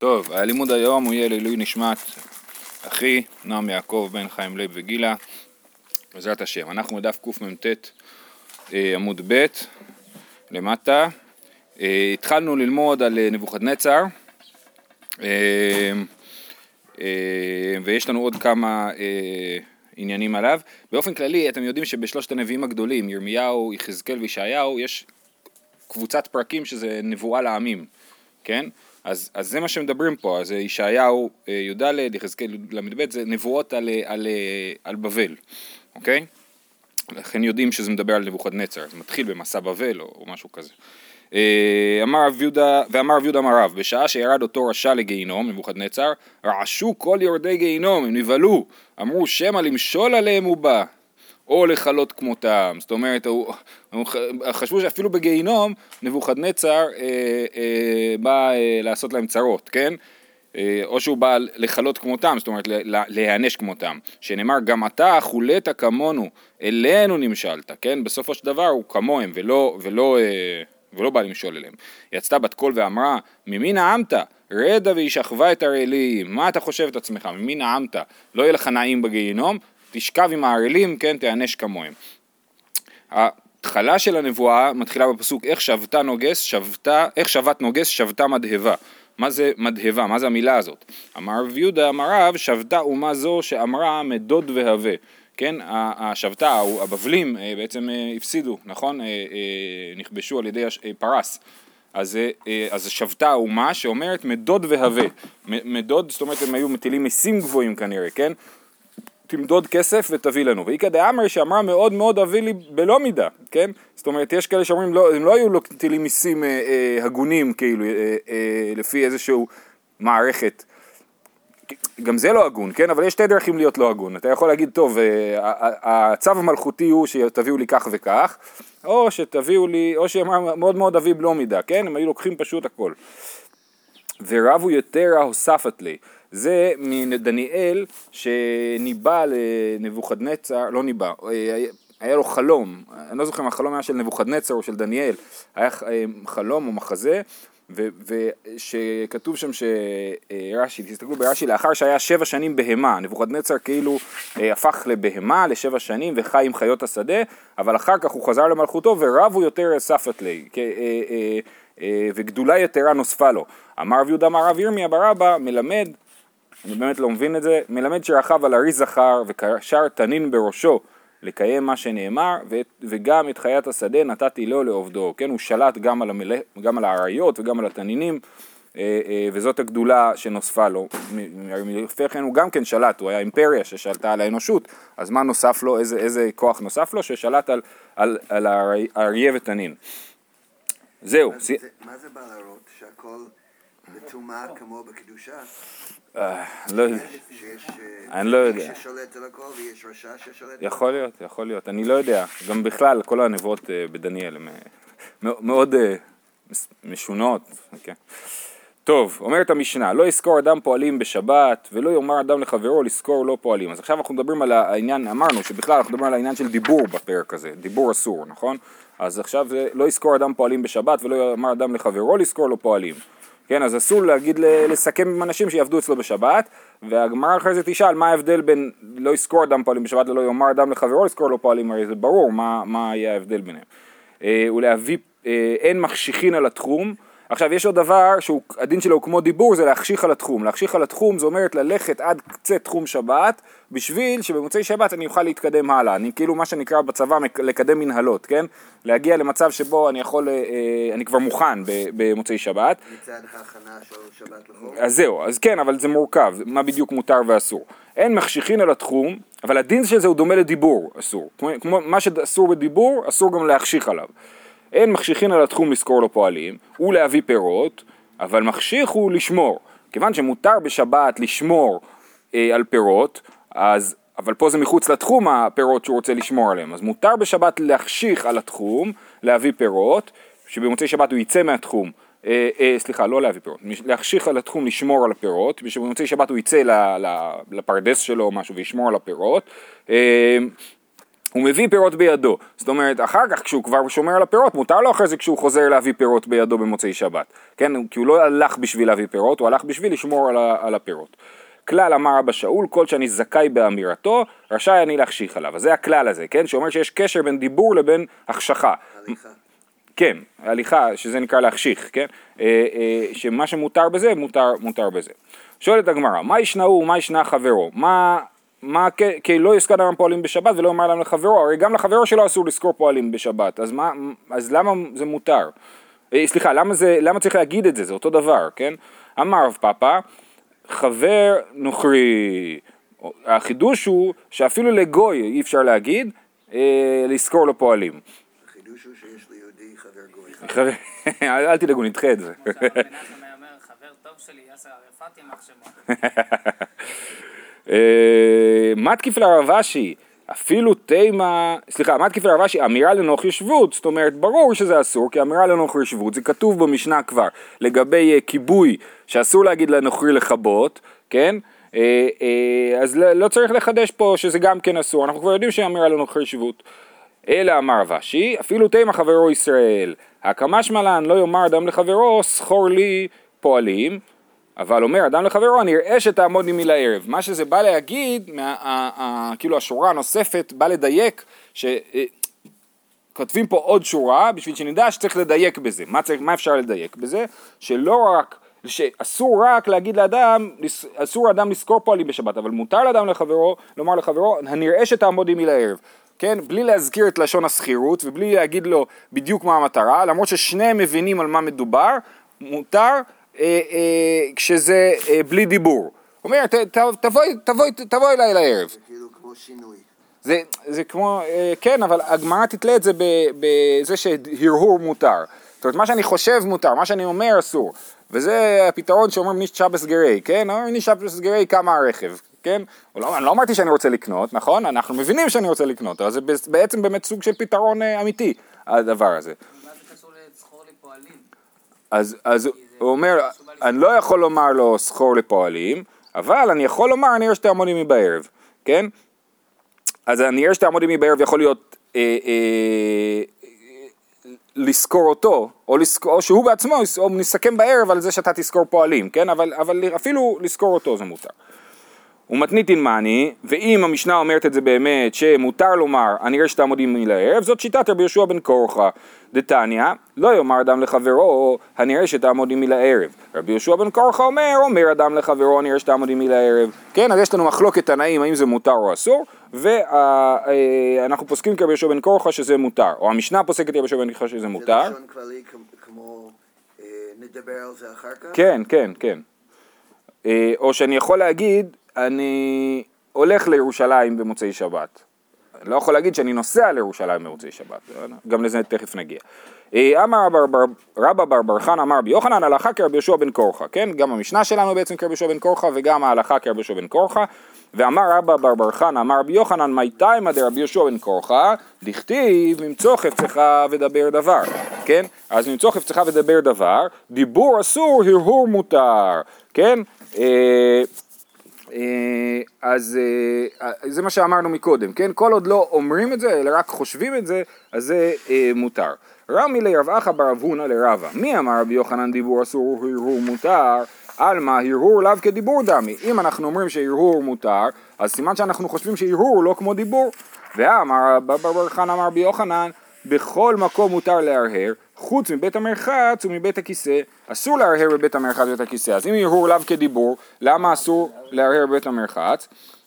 טוב, הלימוד היום הוא יהיה לעילוי נשמת אחי, נועם יעקב בן חיים לב וגילה, בעזרת השם. אנחנו בדף קמ"ט עמוד ב' למטה. התחלנו ללמוד על נבוכדנצר, ויש לנו עוד כמה עניינים עליו. באופן כללי, אתם יודעים שבשלושת הנביאים הגדולים, ירמיהו, יחזקאל וישעיהו, יש קבוצת פרקים שזה נבואה לעמים, כן? אז זה מה שמדברים פה, אז ישעיהו י"ד, יחזקאל ל"ב, זה נבואות על בבל, אוקיי? לכן יודעים שזה מדבר על נבוכדנצר, זה מתחיל במסע בבל או משהו כזה. ואמר רב יהודה אמר רב, בשעה שירד אותו רשע לגיהינום, נבוכדנצר, רעשו כל יורדי גיהינום, הם נבהלו, אמרו שמא למשול עליהם הוא בא, או לחלות כמותם. זאת אומרת, חשבו שאפילו בגיהינום נבוכדנצר בא לעשות להם צרות, כן? או שהוא בא לחלות כמותם, זאת אומרת להיענש כמותם, שנאמר גם אתה חולת כמונו, אלינו נמשלת, כן? בסופו של דבר הוא כמוהם ולא בא למשול אליהם. יצתה בת קול ואמרה, ממי נעמת? רדה וישכבה את הרעלים. מה אתה חושב את עצמך? ממי נעמת? לא יהיה לך נעים בגיהינום, תשכב עם הערלים, כן, תיענש כמוהם. ההתחלה של הנבואה מתחילה בפסוק, איך שבת נוגס שבתה מדהבה. מה זה מדהבה? מה זה המילה הזאת? אמר רב יהודה אמר רב, שבתה אומה זו שאמרה מדוד והווה. כן, השבתה, הבבלים בעצם הפסידו, נכון? נכבשו על ידי פרס. אז שבתה אומה שאומרת מדוד והווה. מדוד, זאת אומרת, הם היו מטילים מיסים גבוהים כנראה, כן? תמדוד כסף ותביא לנו. ואיקא דאמרי שאמרה מאוד מאוד אביא לי בלא מידה, כן? זאת אומרת, יש כאלה שאומרים, לא, הם לא היו מטילים מיסים הגונים, כאילו, לפי איזשהו מערכת. גם זה לא הגון, כן? אבל יש שתי דרכים להיות לא הגון. אתה יכול להגיד, טוב, הצו המלכותי הוא שתביאו לי כך וכך, או שתביאו לי, או שאמרה מאוד מאוד אביא בלא מידה, כן? הם היו לוקחים פשוט הכל. ורבו יותר הוספת לי. זה מדניאל שניבא לנבוכדנצר, לא ניבא, היה לו חלום, אני לא זוכר אם החלום היה של נבוכדנצר או של דניאל, היה חלום או מחזה, ושכתוב שם שרש"י, תסתכלו ברש"י, לאחר שהיה 7 שנים בהמה, נבוכדנצר כאילו הפך לבהמה ל7 שנים וחי עם חיות השדה, אבל אחר כך הוא חזר למלכותו ורבו יותר הוספת לי, וגדולה יתרה נוספה לו. אמר רב יהודה אמר רב ירמיה בר אבא מלמד, אני באמת לא מבין את זה, מלמד שרכב על ארי זכר וקשר תנין בראשו לקיים מה שנאמר, וגם את חיית השדה נתתי לו לעובדו, כן? הוא שלט גם על האריות וגם על התנינים, וזאת הגדולה שנוספה לו. לפי כן הוא גם כן שלט, הוא היה אימפריה ששלטה על האנושות, אז מה נוסף לו, איזה כוח נוסף לו? ששלט על האריה ותנין. זהו. מה זה בא להראות? שהכל בטומאה כמו בקדושה? אני לא יודע. שיש ששולט על הכל ויש רשע ששולט? יכול להיות, אני לא יודע. גם בכלל, כל הנבואות בדניאל הן מאוד משונות. טוב, אומרת המשנה, לא יזכור אדם פועלים בשבת ולא יאמר אדם לחברו לזכור לא פועלים. אז עכשיו אנחנו מדברים על העניין, אמרנו שבכלל אנחנו מדברים על העניין של דיבור בפרק הזה, דיבור אסור, נכון? אז עכשיו זה לא יזכור אדם פועלים בשבת ולא יאמר אדם לחברו לזכור לא פועלים. כן, אז אסור להגיד, לסכם עם אנשים שיעבדו אצלו בשבת, והגמרא אחרי זה תשאל מה ההבדל בין לא יזכור אדם פועלים בשבת ולא יאמר אדם לחברו לזכור לא פועלים, הרי זה ברור מה יהיה ההבדל ביניהם. ולהביא, אין מחשיכין על התחום. עכשיו יש עוד דבר שהדין שלו הוא כמו דיבור, זה להחשיך על התחום. להחשיך על התחום זה אומרת ללכת עד קצה תחום שבת, בשביל שבמוצאי שבת אני אוכל להתקדם הלאה. אני כאילו מה שנקרא בצבא לקדם מנהלות, כן? להגיע למצב שבו אני כבר מוכן במוצאי שבת. מצד ההכנה של שבת לחוק? אז זהו, אז כן, אבל זה מורכב, מה בדיוק מותר ואסור. אין מחשיכין על התחום, אבל הדין של זה הוא דומה לדיבור, אסור. כמו מה שאסור בדיבור, אסור גם להחשיך עליו. אין מחשיכין על התחום לזכור לו פועלים, הוא להביא פירות, אבל מחשיך הוא לשמור. כיוון שמותר בשבת לשמור על פירות, אבל פה זה מחוץ לתחום הפירות שהוא רוצה לשמור עליהם. אז מותר בשבת להחשיך על התחום, להביא פירות, שבמוצאי שבת הוא יצא מהתחום. לא להביא פירות, להחשיך על התחום לשמור על הפירות, שבמוצאי שבת הוא יצא לפרדס שלו או משהו וישמור על הפירות. הוא מביא פירות בידו, זאת אומרת אחר כך כשהוא כבר שומר על הפירות, מותר לו אחרי זה כשהוא חוזר להביא פירות בידו במוצאי שבת, כן? כי הוא לא הלך בשביל להביא פירות, הוא הלך בשביל לשמור על הפירות. כלל אמר אבא שאול, כל שאני זכאי באמירתו, רשאי אני להחשיך עליו. אז זה הכלל הזה, כן? שאומר שיש קשר בין דיבור לבין החשכה. הליכה. כן, הליכה, שזה נקרא להחשיך, כן? שמה שמותר בזה, מותר בזה. שואלת הגמרא, מה ישנאו ומה ישנה חברו? כי לא יסקד אדם פועלים בשבת ולא יאמר להם לחברו, הרי גם לחברו שלו אסור לזכור פועלים בשבת, אז למה זה מותר? סליחה, למה צריך להגיד את זה? זה אותו דבר, כן? אמר רב פאפא, חבר נוכרי, החידוש הוא שאפילו לגוי אי אפשר להגיד, לזכור לו פועלים. החידוש הוא שיש ליהודי חבר גוי. אל תדאגו, נדחה את זה. כמו שהרב מנחם היה אומר, חבר טוב שלי, יאסר ערפאת יימח שמו. מתקיף לרב אשי, אפילו תימה, סליחה, מתקיף לרב אשי, אמירה לנוכרי שבות, זאת אומרת, ברור שזה אסור, כי אמירה לנוכרי שבות, זה כתוב במשנה כבר, לגבי כיבוי, שאסור להגיד לנוכרי לכבות, כן? אז לא צריך לחדש פה שזה גם כן אסור, אנחנו כבר יודעים שאמירה לנוכרי שבות. אלא אמר רב אשי, אפילו תימה חברו ישראל, הקמא שמלן לא יאמר אדם לחברו, סחור לי פועלים, אבל אומר אדם לחברו, אני אראה שתעמוד עמי לערב. מה שזה בא להגיד, כאילו השורה הנוספת, בא לדייק, שכותבים פה עוד שורה, בשביל שנדע שצריך לדייק בזה. מה אפשר לדייק בזה? שאסור רק להגיד לאדם, אסור לאדם לזכור פועלים בשבת, אבל מותר לאדם לחברו, לומר לחברו, אני אראה שתעמוד עמי לערב. כן? בלי להזכיר את לשון הסחירות, ובלי להגיד לו בדיוק מה המטרה, למרות ששניהם מבינים על מה מדובר, מותר, כשזה בלי דיבור. הוא אומר, תבואי אליי לערב. זה כאילו כמו שינוי. זה כמו, כן, אבל הגמרא תתלה את זה בזה שהרהור מותר. זאת אומרת, מה שאני חושב מותר, מה שאני אומר אסור. וזה הפתרון שאומרים נישט שבס גרי, כן? נישט שבס גרי כמה הרכב, כן? אני לא אמרתי שאני רוצה לקנות, נכון? אנחנו מבינים שאני רוצה לקנות, אבל זה בעצם באמת סוג של פתרון אמיתי, הדבר הזה. מה זה קשור לזכור לפועלים? אז הוא אומר, אני לא יכול לומר לו סחור לפועלים, אבל אני יכול לומר, אני אראה שתעמוד עמי בערב, כן? אז אני אראה שתעמוד עמי בערב יכול להיות לזכור אותו, או שהוא בעצמו, או נסכם בערב על זה שאתה תזכור פועלים, כן? אבל אפילו לזכור אותו זה מותר. ומתניתין מאני, ואם המשנה אומרת את זה באמת, שמותר לומר, אני אראה שתעמוד עמי לערב, זאת שיטת רבי יהושע בן קורחה, דתניא, לא יאמר אדם לחברו, אני אראה שתעמוד עמי לערב. רבי יהושע בן קורחה אומר אדם לחברו, אני אראה שתעמוד עמי לערב. כן, אז יש לנו מחלוקת תנאים, האם זה מותר או אסור, ואנחנו פוסקים כרבי יהושע בן קורחה שזה מותר, או המשנה פוסקת כרבי יהושע בן קורחה שזה מותר. זה לשון כללי כמו נדבר על זה אחר כך? כן. או שאני יכול להגיד, אני הולך לירושלים במוצאי שבת. אני לא יכול להגיד שאני נוסע לירושלים במוצאי שבת. גם לזה תכף נגיע. אמר רבא בר חנא אמר רבי יוחנן, הלכה כרבי יהושע בן קורחה. כן? גם המשנה שלנו בעצם כרבי יהושע בן קורחה, וגם ההלכה כרבי יהושע בן קורחה. ואמר רבא בר חנא אמר רבי יוחנן, מי תימא דרבי יהושע בן קורחה, דכתיב ממצוא חפצך ודבר דבר. כן? אז ממצוא חפצך ודבר דבר, דיבור אסור, הרהור מותר. כן? אז זה מה שאמרנו מקודם, כן? כל עוד לא אומרים את זה, אלא רק חושבים את זה, אז זה מותר. רמי לרב אחא בר רב הונא לרבא, מי אמר רבי יוחנן דיבור אסור הרהור מותר? עלמא הרהור לאו כדיבור דמי. אם אנחנו אומרים שהרהור מותר, אז סימן שאנחנו חושבים שהרהור הוא לא כמו דיבור. ואמר בר חנא אמר רבי יוחנן, בכל מקום מותר להרהר, חוץ מבית המרחץ ומבית הכיסא. אסור להרהר בבית המרחץ ובבית הכיסא. אז אם הרהור לאו כדיבור, למה אסור להרהר בבית המרחץ?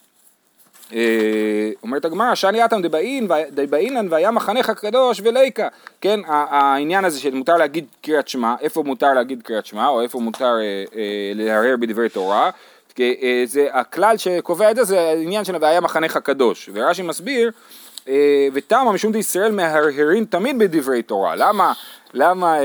אומרת הגמרא, שאני אתם דבעינן והיה מחנך הקדוש וליקה. כן, העניין הזה שמותר להגיד קריאת שמע, איפה מותר להגיד קריאת שמע, או איפה מותר להרהר בדברי תורה, זה הכלל שקובע את זה, זה העניין של והיה מחנך הקדוש. ורש"י מסביר, ותמה משום דישראל מהרהרים תמיד בדברי תורה. למה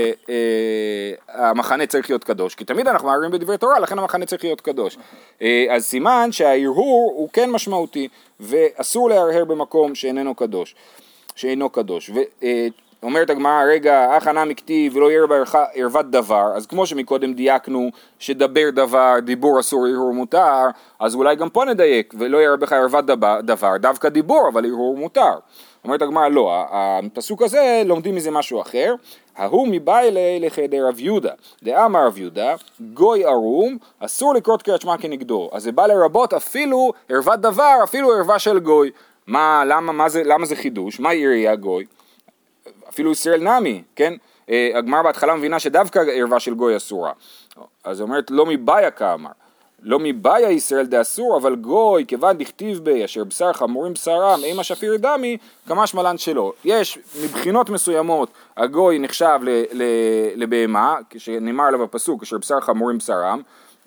המחנה צריך להיות קדוש? כי תמיד אנחנו מהרהרים בדברי תורה, לכן המחנה צריך להיות קדוש. אז סימן שההרהור הוא כן משמעותי, ואסור להרהר במקום שאינו קדוש. אומרת הגמרא, רגע, הכנה מכתיב ולא ירבה ערוות דבר, אז כמו שמקודם דייקנו שדבר דבר, דיבור אסור, הרהור מותר, אז אולי גם פה נדייק, ולא ירבה ערוות דבר, דווקא דיבור, אבל הרהור מותר. אומרת הגמרא, לא, הפסוק הזה לומדים מזה משהו אחר, ההוא מבעילי לחדר רב יהודה, דאמר רב יהודה, גוי ערום, אסור לקרות קריאת שמע כנגדו, אז זה בא לרבות אפילו ערוות דבר, אפילו ערווה של גוי. למה זה חידוש? מה יראה גוי? אפילו ישראל נמי, כן? הגמרא בהתחלה מבינה שדווקא ערווה של גוי אסורה. אז היא אומרת, לא מבעיה כאמר. לא מבעיה ישראל דאסור, אבל גוי, כיוון דכתיב בי, אשר בשר חמורים בשרם, אימה שפיר דמי, כמש מלן שלו. יש מבחינות מסוימות, הגוי נחשב לבהמה, כשנאמר עליו הפסוק, אשר בשר חמורים בשרם,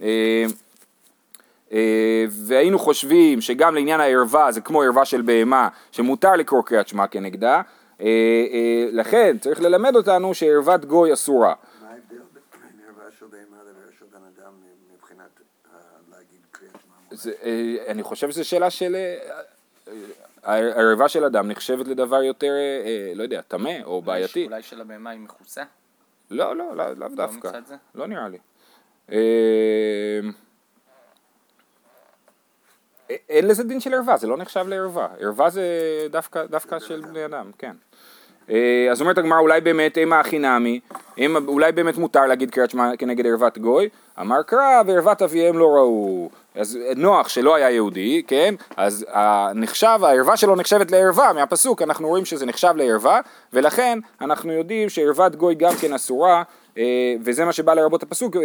והיינו חושבים שגם לעניין הערווה, זה כמו ערווה של בהמה, שמותר לקרוא קריאת שמע כנגדה, לכן צריך ללמד אותנו שערוות גוי אסורה. מה ההבדל בין ערווה של בהמה לערווה של בן אדם מבחינת להגיד קריאת שמע? אני חושב שזו שאלה של... הערווה של אדם נחשבת לדבר יותר, לא יודע, טמא או בעייתי. אולי של הבהמה היא מכוסה? לא דווקא. לא נראה לי. אין לזה דין של ערווה, זה לא נחשב לערווה. ערווה זה דווקא של בני אדם, כן. אז אומרת הגמרא, אולי באמת אימה הכי נמי, אולי באמת מותר להגיד קריאת שמע כנגד ערוות גוי, אמר קרא וערוות אביהם לא ראו. אז נוח שלא היה יהודי, כן, אז הערווה שלו נחשבת לערווה, מהפסוק אנחנו רואים שזה נחשב לערווה, ולכן אנחנו יודעים שערוות גוי גם כן אסורה, וזה מה שבא לרבות הפסוק,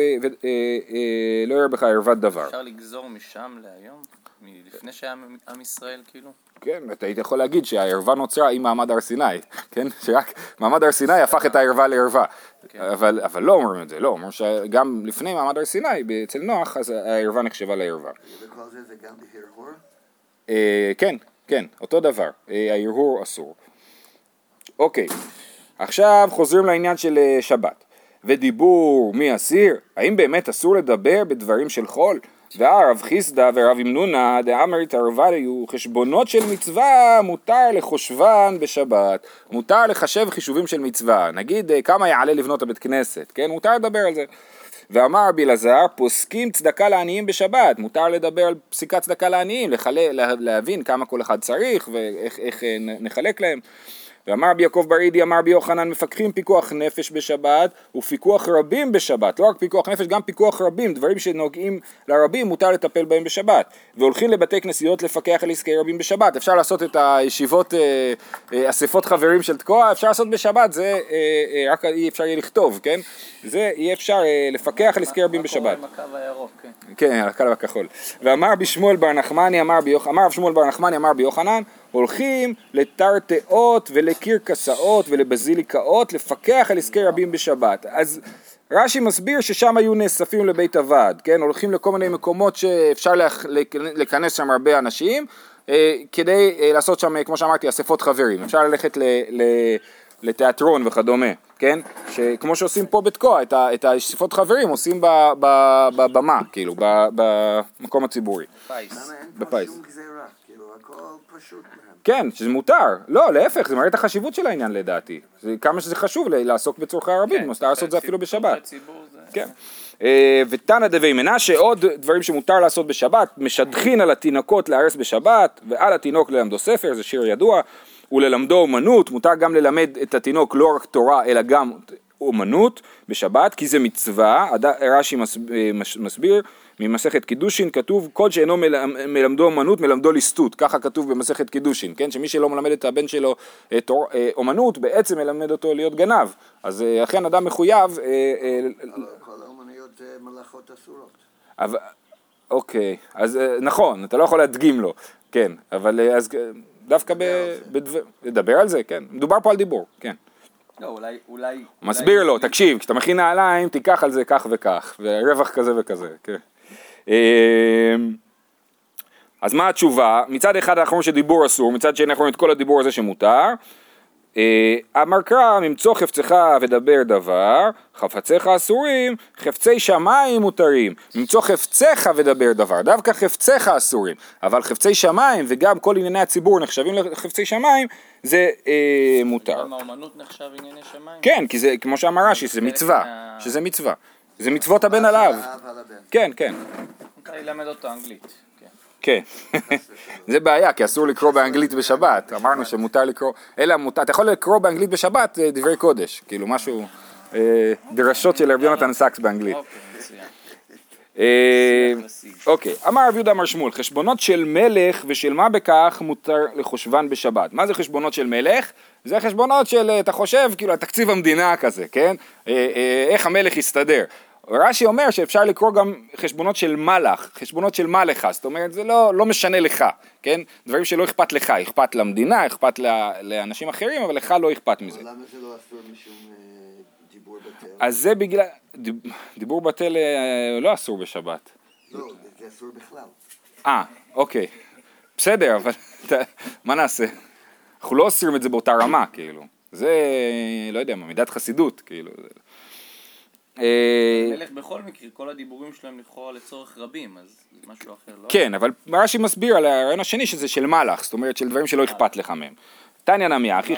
לא יראה בך ערוות דבר. אפשר לגזור משם להיום? מלפני שהיה עם ישראל כאילו? כן, אתה היית יכול להגיד שהערווה נוצרה עם מעמד הר סיני, כן? שרק מעמד הר סיני הפך את הערווה לערווה. אבל לא אומרים את זה, לא, אומרים שגם לפני מעמד הר סיני, אצל נוח, אז הערווה נחשבה לערווה. וכל זה גם בהרהור? כן, אותו דבר, ההרהור אסור. אוקיי, עכשיו חוזרים לעניין של שבת. ודיבור מי אסיר? האם באמת אסור לדבר בדברים של חול? והרב חיסדא ורב אמנונה דאמרית הרוויו חשבונות של מצווה מותר לחושבן בשבת, מותר לחשב חישובים של מצווה, נגיד כמה יעלה לבנות הבית כנסת, כן, מותר לדבר על זה. ואמר רבי אלעזר, פוסקים צדקה לעניים בשבת, מותר לדבר על פסיקת צדקה לעניים, להבין כמה כל אחד צריך ואיך נחלק להם. ואמר בי יעקב ברידי, אמר בי יוחנן, מפקחים פיקוח נפש בשבת ופיקוח רבים בשבת, לא רק פיקוח נפש, גם פיקוח רבים, דברים שנוגעים לרבים מותר לטפל בהם בשבת, והולכים לבתי כנסיות לפקח על עסקי רבים בשבת. אפשר לעשות את הישיבות, אספות חברים של תקוע, אפשר לעשות בשבת, זה רק אי אפשר יהיה לכתוב, כן? זה אי אפשר לפקח על עסקי רבים בשבת. מה קורה עם הקו הירוק, כן. כן, הקו הכחול. ואמר בשמואל בר נחמני, אמר שמואל בר נחמני, אמר ביוחנן, הולכים לתרתאות ולקיר כסאות ולבזיליקאות לפקח על עסקי רבים בשבת. אז רש"י מסביר ששם היו נאספים לבית הוועד, כן? הולכים לכל מיני מקומות שאפשר לכנס שם הרבה אנשים, כדי לעשות שם, כמו שאמרתי, אספות חברים. אפשר ללכת לתיאטרון וכדומה, כן? שכמו שעושים פה בתקוע, את האספות חברים עושים בבמה, כאילו, במקום הציבורי. למה אין פה שום גזירה? כאילו, הכל פשוט. כן, שזה מותר. לא, להפך, זה מראה את החשיבות של העניין לדעתי. כמה שזה חשוב לעסוק בצורכי הרבים, מותר לעשות זה אפילו בשבת. כן. ותנא דבי מנשה, עוד דברים שמותר לעשות בשבת, משדכין על התינוקות להרס בשבת, ועל התינוק ללמדו ספר, זה שיר ידוע, וללמדו אומנות, מותר גם ללמד את התינוק לא רק תורה, אלא גם אומנות בשבת, כי זה מצווה. רש"י מסביר, ממסכת קידושין כתוב, כל שאינו מלמדו אומנות מלמדו ליסטות, ככה כתוב במסכת קידושין, כן? שמי שלא מלמד את הבן שלו אומנות, בעצם מלמד אותו להיות גנב. אז אכן אדם מחויב... כל האומנויות זה מלאכות אסורות. אוקיי, אז נכון, אתה לא יכול להדגים לו, כן, אבל אז דווקא לדבר על זה, כן, מדובר פה על דיבור, כן. לא, אולי... מסביר לו, תקשיב, כשאתה מכין נעליים, תיקח על זה כך וכך, ורווח כזה וכזה, כן. אז מה התשובה? מצד אחד אנחנו אומרים שדיבור אסור, מצד שני אנחנו אומרים את כל הדיבור הזה שמותר, אמר קרא, ממצוא חפצך ודבר דבר, חפציך אסורים, חפצי שמיים מותרים. ממצוא חפציך ודבר דבר, דווקא חפציך אסורים, אבל חפצי שמיים וגם כל ענייני הציבור נחשבים לחפצי שמיים, זה מותר. גם האומנות נחשב ענייני שמיים? כן, כי זה, כמו שאמר רש"י, שזה מצווה, שזה מצווה. זה מצוות הבן על האב. כן, כן. מותר ללמד אותו אנגלית. כן, זה בעיה, כי אסור לקרוא באנגלית בשבת, אמרנו שמותר לקרוא, אלא מותר, אתה יכול לקרוא באנגלית בשבת דברי קודש, כאילו משהו, דרשות של רבי יונתן סאקס באנגלית. אוקיי, אמר רבי יהודה אמר שמואל, חשבונות של מלך ושל מה בכך מותר לחושבן בשבת. מה זה חשבונות של מלך? זה חשבונות של, אתה חושב, כאילו, תקציב המדינה כזה, כן? איך המלך יסתדר. רש"י אומר שאפשר לקרוא גם חשבונות של מלך, חשבונות של מלך, זאת אומרת, זה לא משנה לך, כן? דברים שלא אכפת לך, אכפת למדינה, אכפת לאנשים אחרים, אבל לך לא אכפת מזה. למה זה לא אסור משום דיבור בטל? אז זה בגלל, דיבור בטל לא אסור בשבת. לא, זה אסור בכלל. אוקיי. בסדר, אבל מה נעשה? אנחנו לא אוסרים את זה באותה רמה, כאילו. זה, לא יודע, מידת חסידות, כאילו. מלך בכל מקרה, כל הדיבורים שלהם לכאורה לצורך רבים, אז זה משהו אחר, לא? כן, אבל רש"י מסביר על הרעיון השני שזה של מלך, זאת אומרת של דברים שלא אכפת לך מהם. תניא נמי, אחי,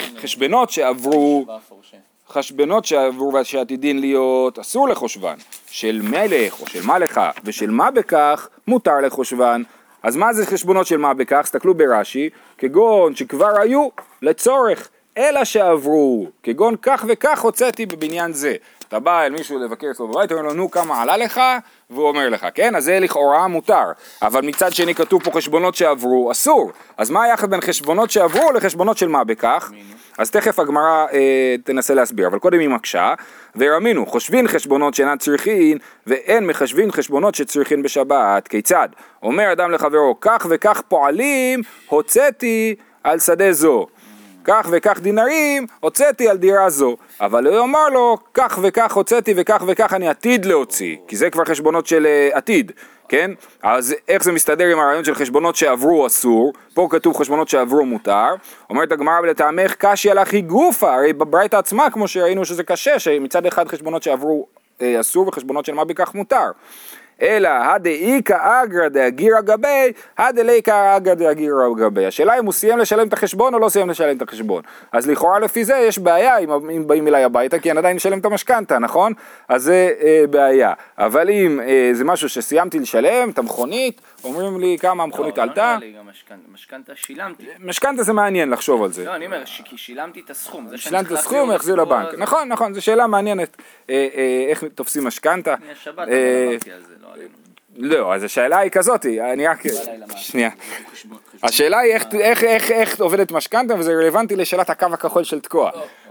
חשבונות שעברו ושעתידין להיות אסור לחושבן, של מלך או של מלכה ושל מה בכך מותר לחושבן. אז מה זה חשבונות של מה בכך? סתכלו ברש"י, כגון שכבר היו לצורך, אלא שעברו, כגון כך וכך הוצאתי בבניין זה. אתה בא אל מישהו לבקר אצלו בבית, אומר לו, נו, כמה עלה לך? והוא אומר לך, כן, אז זה לכאורה מותר. אבל מצד שני כתוב פה חשבונות שעברו, אסור. אז מה היחד בין חשבונות שעברו לחשבונות של מה בכך? אז תכף הגמרא תנסה להסביר, אבל קודם היא מקשה, ורמינו, חושבין חשבונות שאינן צריכין, ואין מחשבין חשבונות שצריכין בשבת. כיצד? אומר אדם לחברו, כך וכך פועלים, הוצאתי על שדה זו. כך וכך דינרים, הוצאתי על דירה זו. אבל הוא אומר לו, כך וכך הוצאתי וכך וכך אני עתיד להוציא. כי זה כבר חשבונות של עתיד, כן? אז איך זה מסתדר עם הרעיון של חשבונות שעברו אסור? פה כתוב חשבונות שעברו מותר. אומרת הגמרא ולטעמך קשי על אחי גופה, הרי בברייתא עצמה כמו שראינו שזה קשה, שמצד אחד חשבונות שעברו אסור וחשבונות של מה בכך מותר. אלא הדאיקה אגרא דאגירא גבי, הדליקה אגרא דאגירא גבי. השאלה אם הוא סיים לשלם את החשבון או לא סיים לשלם את החשבון. אז לכאורה לפי זה יש בעיה אם באים אליי הביתה, כי אני עדיין משלם את המשכנתה, נכון? אז זה בעיה. אבל אם זה משהו שסיימתי לשלם, את המכונית, אומרים לי כמה המכונית עלתה. משכנתה שילמתי. משכנתה זה מעניין לחשוב על זה. לא, אני אומר, כי שילמתי את הסכום. שילמתי את הסכום, החזיר לבנק. נכון, זו שאלה מעניינת. איך תופסים משכנתה. השבת אמרתי על זה, לא עלינו. לא, אז השאלה היא כזאת, אני רק, שנייה, השאלה היא איך עובדת משכנתה, וזה רלוונטי לשאלת הקו הכחול של תקוע.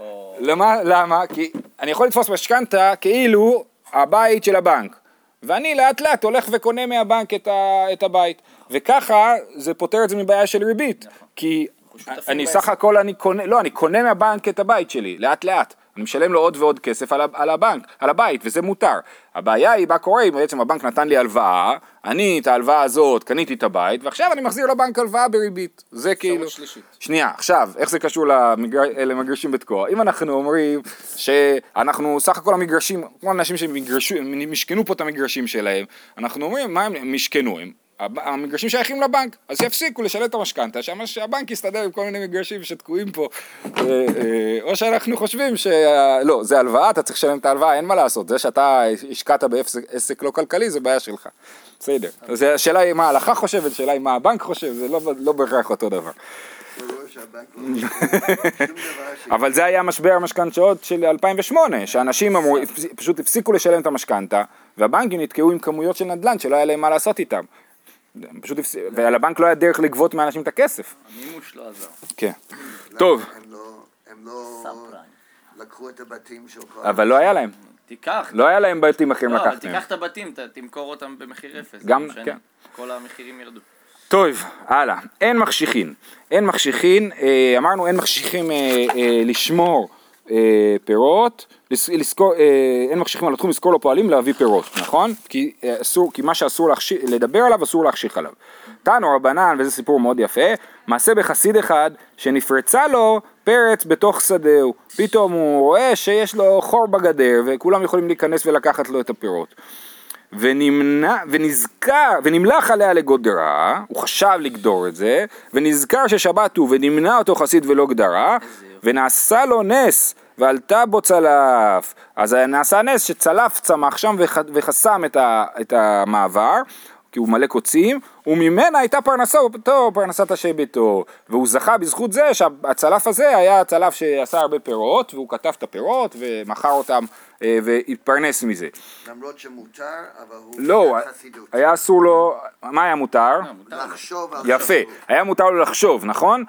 למה? כי אני יכול לתפוס משכנתה כאילו הבית של הבנק, ואני לאט לאט הולך וקונה מהבנק את הבית, וככה זה פותר את זה מבעיה של ריבית, כי אני סך הכל אני קונה מהבנק את הבית שלי, לאט לאט. אני משלם לו עוד ועוד כסף על הבית, וזה מותר. הבעיה היא, מה קורה אם בעצם הבנק נתן לי הלוואה, אני את ההלוואה הזאת קניתי את הבית, ועכשיו אני מחזיר לבנק הלוואה בריבית. זה כאילו... שנייה, עכשיו, איך זה קשור למגרשים בתקוע? אם אנחנו אומרים שאנחנו סך הכל המגרשים, כמו אנשים שמשכנו פה את המגרשים שלהם, אנחנו אומרים, מה הם משכנו? המגרשים שייכים לבנק, אז יפסיקו לשלם את המשכנתה, שהבנק יסתדר עם כל מיני מגרשים שתקועים פה, או שאנחנו חושבים שלא, זה הלוואה, אתה צריך לשלם את ההלוואה, אין מה לעשות, זה שאתה השקעת בעסק לא כלכלי, זה בעיה שלך. בסדר. אז השאלה היא מה ההלכה חושבת, השאלה היא מה הבנק חושב, זה לא בהכרח אותו דבר. אבל זה היה משבר המשכנתאות של 2008, שאנשים פשוט הפסיקו לשלם את המשכנתה, והבנקים נתקעו עם כמויות של נדל"ן שלא היה להם מה לעשות איתם. פשוט ועל הבנק לא היה דרך לגבות מאנשים את הכסף. המימוש לא עזר. כן. טוב. הם לא לקחו את הבתים שלך. אבל לא היה להם. תיקח. לא היה להם בתים אחרים לקחת מהם. לא, תיקח את הבתים, תמכור אותם במחיר אפס. גם, כן. כל המחירים ירדו. טוב, הלאה. אין מחשיכין, אמרנו אין מחשיכים לשמור פירות, אין מחשיכים על התחום לזכור לו פועלים להביא פירות, נכון? כי מה שאסור לדבר עליו אסור להחשיך עליו. תנו רבנן, וזה סיפור מאוד יפה, מעשה בחסיד אחד שנפרצה לו פרץ בתוך שדהו, פתאום הוא רואה שיש לו חור בגדר וכולם יכולים להיכנס ולקחת לו את הפירות. ונמלך עליה לגודרה, הוא חשב לגדור את זה, ונזכר ששבת הוא ונמנע אותו חסיד ולא גדרה, ונעשה לו נס ועלתה בו צלף. אז נעשה נס שצלף צמח שם וחסם את המעבר, כי הוא מלא קוצים, וממנה הייתה פרנסתו, פרנסת השי ביתו, והוא זכה בזכות זה שהצלף הזה היה צלף שעשה הרבה פירות, והוא כתב את הפירות ומכר אותם והתפרנס מזה. למרות שמותר, אבל הוא לא, היה אסור לו, מה היה מותר? לחשוב. יפה, היה מותר לו לחשוב, נכון?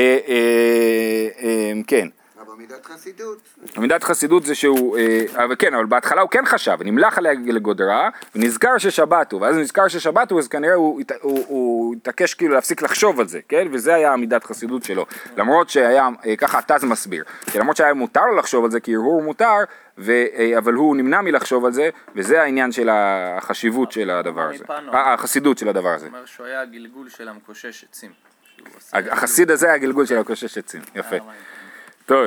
כן. אבל מידת חסידות. מידת חסידות זה שהוא, אבל כן, אבל בהתחלה הוא כן חשב, נמלך עליה לגודרה, ונזכר ששבת הוא, ואז נזכר ששבת הוא, אז כנראה הוא התעקש כאילו להפסיק לחשוב על זה, כן? וזה היה מידת חסידות שלו, למרות שהיה, ככה התז מסביר, למרות שהיה מותר לו לחשוב על זה, כי הרהור מותר, אבל הוא נמנע מלחשוב על זה, וזה העניין של החשיבות של הדבר הזה, החסידות של הדבר הזה. זאת אומרת שהוא היה הגלגול של המקושש עצים. החסיד הזה היה הגלגול של המקושש עצים, יפה. טוב,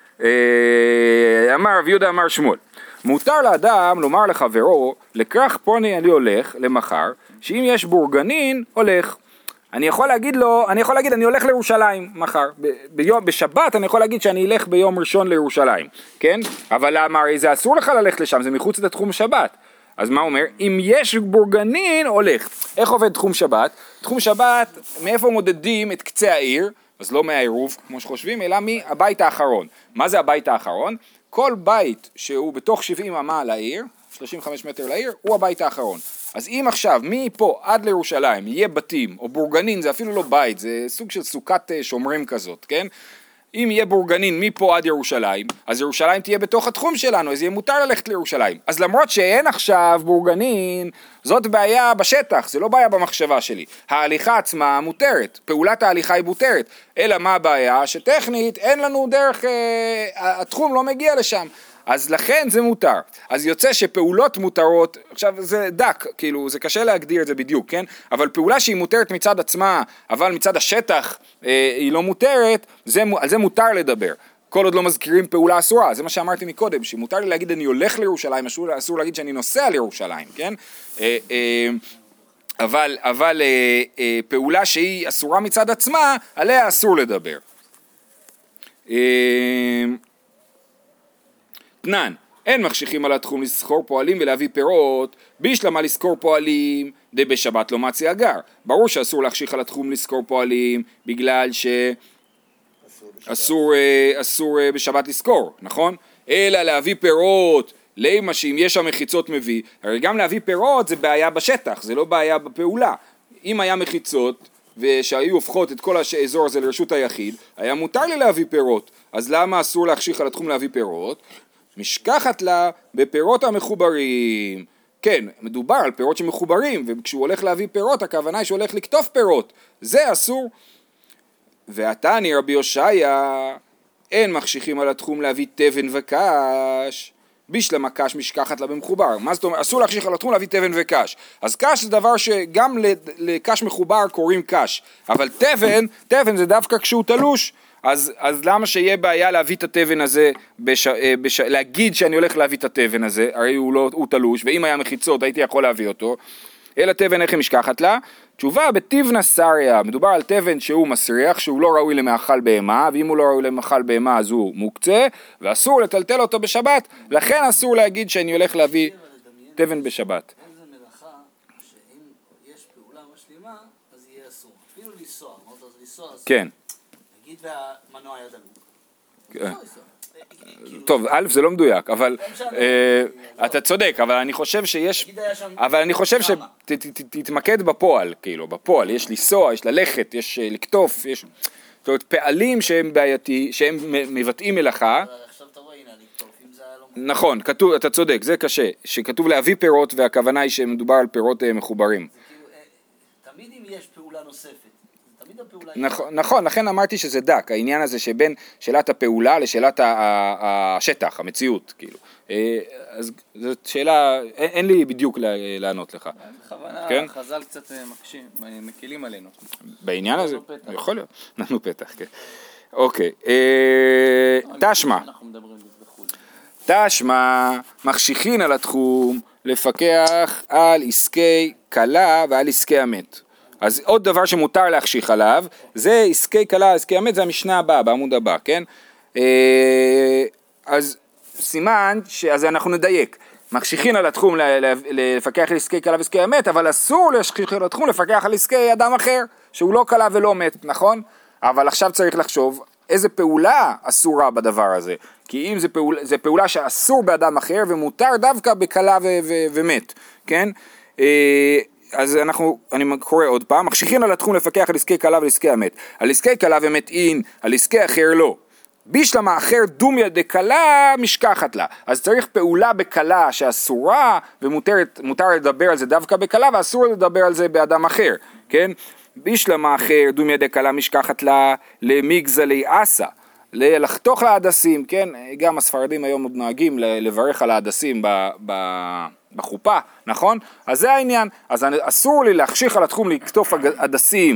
אמר רב יהודה אמר שמואל, מותר לאדם לומר לחברו, לכרך פוני אני הולך למחר, שאם יש בורגנין הולך. אני יכול להגיד אני הולך לירושלים מחר, בשבת אני יכול להגיד שאני אלך ביום ראשון לירושלים, כן? אבל אמר, זה אסור לך ללכת לשם, זה מחוץ לתחום שבת. אז מה אומר? אם יש בורגנין הולך. איך עובד תחום שבת? תחום שבת, מאיפה מודדים את קצה העיר? אז לא מהעירוב, כמו שחושבים, אלא מהבית האחרון. מה זה הבית האחרון? כל בית שהוא בתוך 70 אמה לעיר, 35 מטר לעיר, הוא הבית האחרון. אז אם עכשיו מפה עד לירושלים יהיה בתים, או בורגנין, זה אפילו לא בית, זה סוג של סוכת שומרים כזאת, כן? אם יהיה בורגנין מפה עד ירושלים, אז ירושלים תהיה בתוך התחום שלנו, אז יהיה מותר ללכת לירושלים. אז למרות שאין עכשיו בורגנין, זאת בעיה בשטח, זה לא בעיה במחשבה שלי. ההליכה עצמה מותרת, פעולת ההליכה היא מותרת. אלא מה הבעיה? שטכנית אין לנו דרך, התחום לא מגיע לשם. אז לכן זה מותר. אז יוצא שפעולות מותרות, עכשיו זה דק, כאילו זה קשה להגדיר את זה בדיוק, כן? אבל פעולה שהיא מותרת מצד עצמה, אבל מצד השטח היא לא מותרת, על זה מותר לדבר. כל עוד לא מזכירים פעולה אסורה, זה מה שאמרתי מקודם, שמותר לי להגיד אני הולך לירושלים, אסור להגיד שאני נוסע לירושלים, כן? אבל פעולה שהיא אסורה מצד עצמה, עליה אסור לדבר. תנן, אין מחשיכים על התחום לסחור פועלים ולהביא פירות, בישלמה לסחור פועלים, די בשבת לא מצי אגר. ברור שאסור להחשיך על התחום לסחור פועלים, בגלל שאסור בשבת לסחור, נכון? אלא להביא פירות, למה שאם יש שם מחיצות מביא, הרי גם להביא פירות זה בעיה בשטח, זה לא בעיה בפעולה. אם היה מחיצות, ושהיו הופכות את כל האזור הזה לרשות היחיד, היה מותר לי להביא פירות. אז למה אסור להחשיך על התחום להביא פירות? משכחת לה בפירות המחוברים. כן, מדובר על פירות שמחוברים, וכשהוא הולך להביא פירות, הכוונה היא שהוא הולך לקטוף פירות. זה אסור. ועתני רבי יושעיה, אין מחשיכים על התחום להביא תבן וקש, בישלמה קש משכחת לה במחובר. מה זאת אומרת? אסור להחשיך על התחום להביא תבן וקש. אז קש זה דבר שגם לקש מחובר קוראים קש, אבל תבן זה דווקא כשהוא תלוש. אז למה שיהיה בעיה להביא את התבן הזה, להגיד שאני הולך להביא את התבן הזה, הרי הוא תלוש, ואם היה מחיצות הייתי יכול להביא אותו, אלא תבן איך היא משכחת לה? תשובה בתבנה סריה, מדובר על תבן שהוא מסריח, שהוא לא ראוי למאכל בהמה, ואם הוא לא ראוי למאכל בהמה אז הוא מוקצה, ואסור לטלטל אותו בשבת, לכן אסור להגיד שאני הולך להביא תבן בשבת. איזה מלאכה שאם יש פעולה משלימה, אז יהיה אסור. אפילו לנסוע, אמרת אז לנסוע אסור. כן. נגיד והמנוע היה דלוק. טוב, א' זה לא מדויק, אבל אתה צודק, אבל אני חושב שתתמקד בפועל, כאילו, בפועל, יש לנסוע, יש ללכת, יש לקטוף, יש, זאת אומרת, פעלים שהם בעייתי, שהם מבטאים מלאכה. עכשיו אתה רואה, הנה, לקטוף, אם זה היה לא... נכון, אתה צודק, זה קשה, שכתוב להביא פירות, והכוונה היא שמדובר על פירות מחוברים. תמיד אם יש פעולה נוספת, תמיד הפעולה... נכון, לכן אמרתי שזה דק, העניין הזה שבין שאלת הפעולה לשאלת השטח, המציאות, כאילו. אז זאת שאלה, אין לי בדיוק לענות לך. בכוונה, כן? חז"ל קצת מקלים עלינו. בעניין הזה, יכול להיות, נתנו פתח, כן. אוקיי, תשמע. אנחנו מדברים בחו"ל. תשמע, מחשיכין על התחום לפקח על עסקי כלה ועל עסקי המת. אז עוד דבר שמותר להחשיך עליו, זה עסקי כלה, עסקי המת, זה המשנה הבאה, בעמוד הבא, כן? אז סימן, אז אנחנו נדייק. מחשיכין על התחום לפקח על עסקי כלה ועסקי המת, אבל אסור להחשיך על התחום לפקח על עסקי אדם אחר, שהוא לא כלה ולא מת, נכון? אבל עכשיו צריך לחשוב איזה פעולה אסורה בדבר הזה. כי אם זה פעולה שאסור באדם אחר ומותר דווקא בכלה ומת, כן? אז אני קורא עוד פעם, מחשיכין על התחום לפקח על עסקי כלה ועסקי המת. על עסקי כלה ומת אין, על עסקי אחר לא. בישלמה אחר דומיה דקלה משכחת לה. אז צריך פעולה בכלה שאסורה, ומותר לדבר על זה דווקא בכלה, ואסור לדבר על זה באדם אחר, כן? בישלמה אחר דומיה דקלה משכחת לה למיגזלי אסה. לחתוך להדסים, כן? גם הספרדים היום עוד נוהגים לברך על ההדסים בחופה, נכון? אז זה העניין. אז אסור לי להחשיך על התחום לקטוף הדסים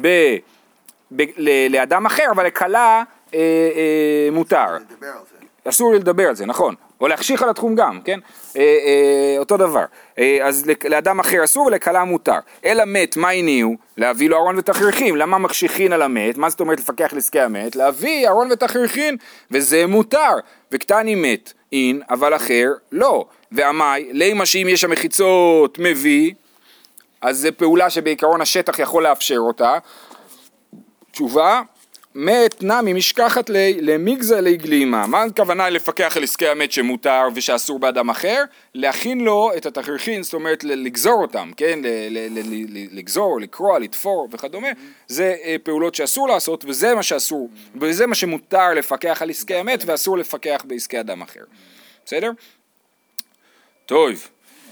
לאדם אחר, אבל לכלה מותר. אסור לי לדבר על זה, נכון. או להחשיך על התחום גם, כן? אותו דבר. אז לאדם אחר אסור ולכלה מותר. אלא מת, מה הניעו? להביא לו ארון ותכריכין. למה מחשיכין על המת? מה זאת אומרת לפקח על עסקי המת? להביא ארון ותכריכין, וזה מותר. וקטני מת, אין, אבל אחר לא. ועמי, לימה שאם יש המחיצות מביא, אז זה פעולה שבעיקרון השטח יכול לאפשר אותה. תשובה, מת נמי משכחת למיגזה לגלימה. מה הכוונה לפקח על עסקי המת שמותר ושאסור באדם אחר? להכין לו את התכריכין, זאת אומרת לגזור אותם, כן? לגזור, לקרוע, לתפור וכדומה. זה פעולות שאסור לעשות וזה מה שאסור, וזה מה שמותר לפקח על עסקי המת ואסור לפקח בעסקי אדם אחר. בסדר? טוב.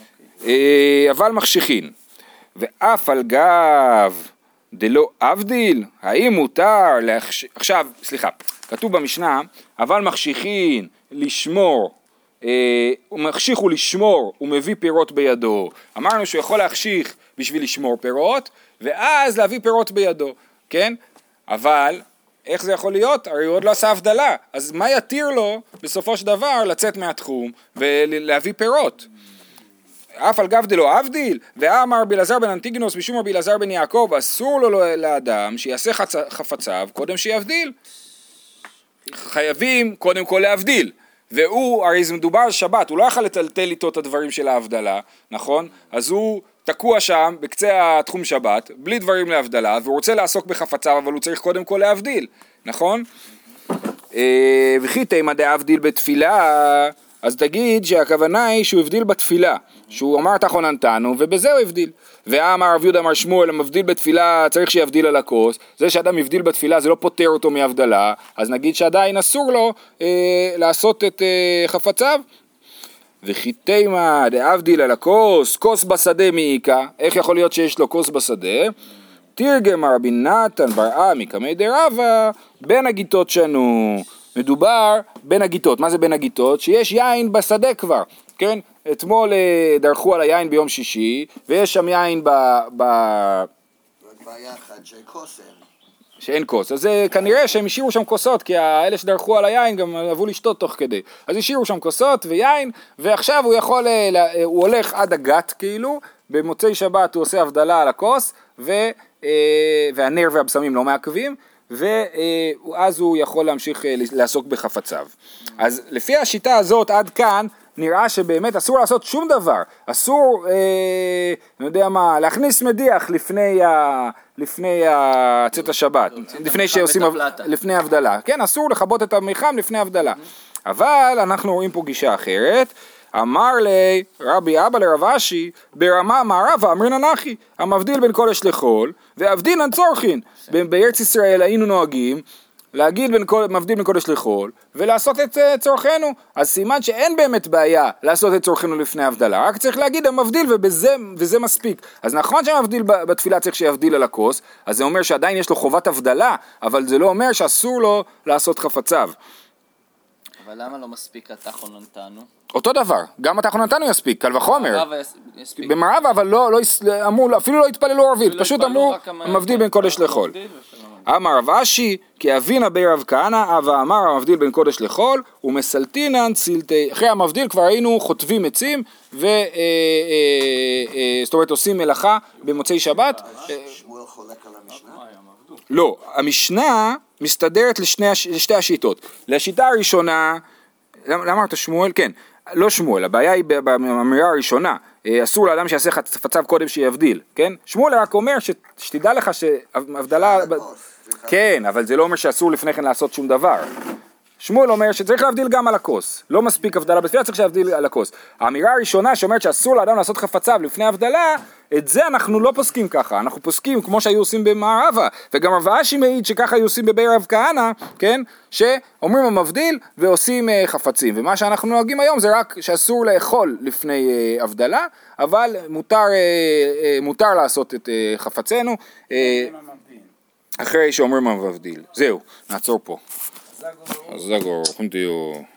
אבל מחשיכין. ואף על גב דלא אבדיל, האם מותר עכשיו, סליחה, כתוב במשנה, אבל מחשיכין לשמור, הוא מחשיך ולשמור, הוא מביא פירות בידו. אמרנו שהוא יכול להחשיך בשביל לשמור פירות, ואז להביא פירות בידו, כן? אבל איך זה יכול להיות? הרי הוא עוד לא עשה הבדלה, אז מה יתיר לו בסופו של דבר לצאת מהתחום ולהביא פירות? אף על גב דלא אבדיל, ואמר בלעזר בן אנטיגנוס משום רבי אלעזר בן יעקב, אסור לו לאדם שיעשה חפציו קודם שיבדיל. חייבים קודם כל להבדיל. והוא, הרי זה מדובר על שבת, הוא לא יכול לטלטל איתו את הדברים של ההבדלה, נכון? אז הוא תקוע שם בקצה התחום שבת, בלי דברים להבדלה, והוא רוצה לעסוק בחפציו, אבל הוא צריך קודם כל להבדיל, נכון? וכי תימא דאבדיל בתפילה, אז תגיד שהכוונה היא שהוא הבדיל בתפילה, שהוא אמר תחוננתנו ובזה הוא הבדיל. ואמר רב יהודה אמר שמואל, המבדיל בתפילה צריך שיבדיל על הכוס, זה שאדם הבדיל בתפילה זה לא פותר אותו מהבדלה, אז נגיד שעדיין אסור לו לעשות את חפציו. וכי תימא דאבדיל על הכוס, כוס בשדה מעיקה, איך יכול להיות שיש לו כוס בשדה? תרגם רבי נתן בר עמי קמי דרבא בין הגיטות שנו. מדובר בין הגיטות, מה זה בין הגיטות? שיש יין בשדה כבר, כן? אתמול דרכו על היין ביום שישי, ויש שם יין בעיה אחת שאין כוס, אז כנראה שהם השאירו שם כוסות, כי האלה שדרכו על היין גם אהבו לשתות תוך כדי, אז השאירו שם כוסות ויין, ועכשיו הוא יכול, הוא הולך עד הגת כאילו, במוצאי שבת הוא עושה הבדלה על הכוס, והנר והבשמים לא מעכבים, ואז הוא יכול להמשיך לעסוק בחפציו. אז לפי השיטה הזאת עד כאן נראה שבאמת אסור לעשות שום דבר, אסור, אני יודע מה, להכניס מדיח לפני צאת השבת, לפני שעושים, לפני הבדלה, כן, אסור לכבות את המיחם לפני הבדלה, אבל אנחנו רואים פה גישה אחרת, אמר לי רבי אבא לרב אשי ברמה מערבה אמרינן אחי, המבדיל בין קודש לחול והבדינן צורכין. בארץ ישראל היינו נוהגים להגיד מבדיל בין קודש לחול, ולעשות את צורכנו. אז סימן שאין באמת בעיה לעשות את צורכנו לפני הבדלה, רק צריך להגיד המבדיל וזה מספיק. אז נכון שהמבדיל בתפילה צריך שיבדיל על הכוס, אז זה אומר שעדיין יש לו חובת הבדלה, אבל זה לא אומר שאסור לו לעשות חפציו. אבל למה לא מספיק התחוננתנו? אותו דבר, גם התחוננתנו יספיק, קל וחומר. יספיק. במערבה, אבל אמרו, אפילו לא התפללו ערבית, פשוט אמרו, המבדיל בין קודש לחול. אמר רב אשי, כי אבינה בי רב כהנא, אבא אמר המבדיל בין קודש לחול, ומסלטינן צילתי, אחרי המבדיל כבר היינו חוטבים עצים, זאת אומרת עושים מלאכה במוצאי שבת. שמואל חולק על המשנה? לא, המשנה מסתדרת לשתי השיטות. לשיטה הראשונה, למה אמרת שמואל? כן, לא שמואל, הבעיה היא באמירה הראשונה, אסור לאדם שיעשה חפציו קודם שיבדיל, כן? שמואל רק אומר שתדע לך שהבדלה... כן, אבל זה לא אומר שאסור לפני כן לעשות שום דבר. שמואל אומר שצריך להבדיל גם על הכוס, לא מספיק הבדלה בתפילה, צריך להבדיל על הכוס. האמירה הראשונה שאומרת שאסור לאדם לעשות חפציו לפני הבדלה, את זה אנחנו לא פוסקים ככה, אנחנו פוסקים כמו שהיו עושים במערבה, וגם רב אשי מעיד שככה היו עושים בבי רב כהנא, כן? שאומרים המבדיל ועושים חפצים, ומה שאנחנו נוהגים היום זה רק שאסור לאכול לפני הבדלה, אבל מותר לעשות את חפצינו אחרי שאומרים המבדיל. זהו, נעצור פה. זגור, חונטיו.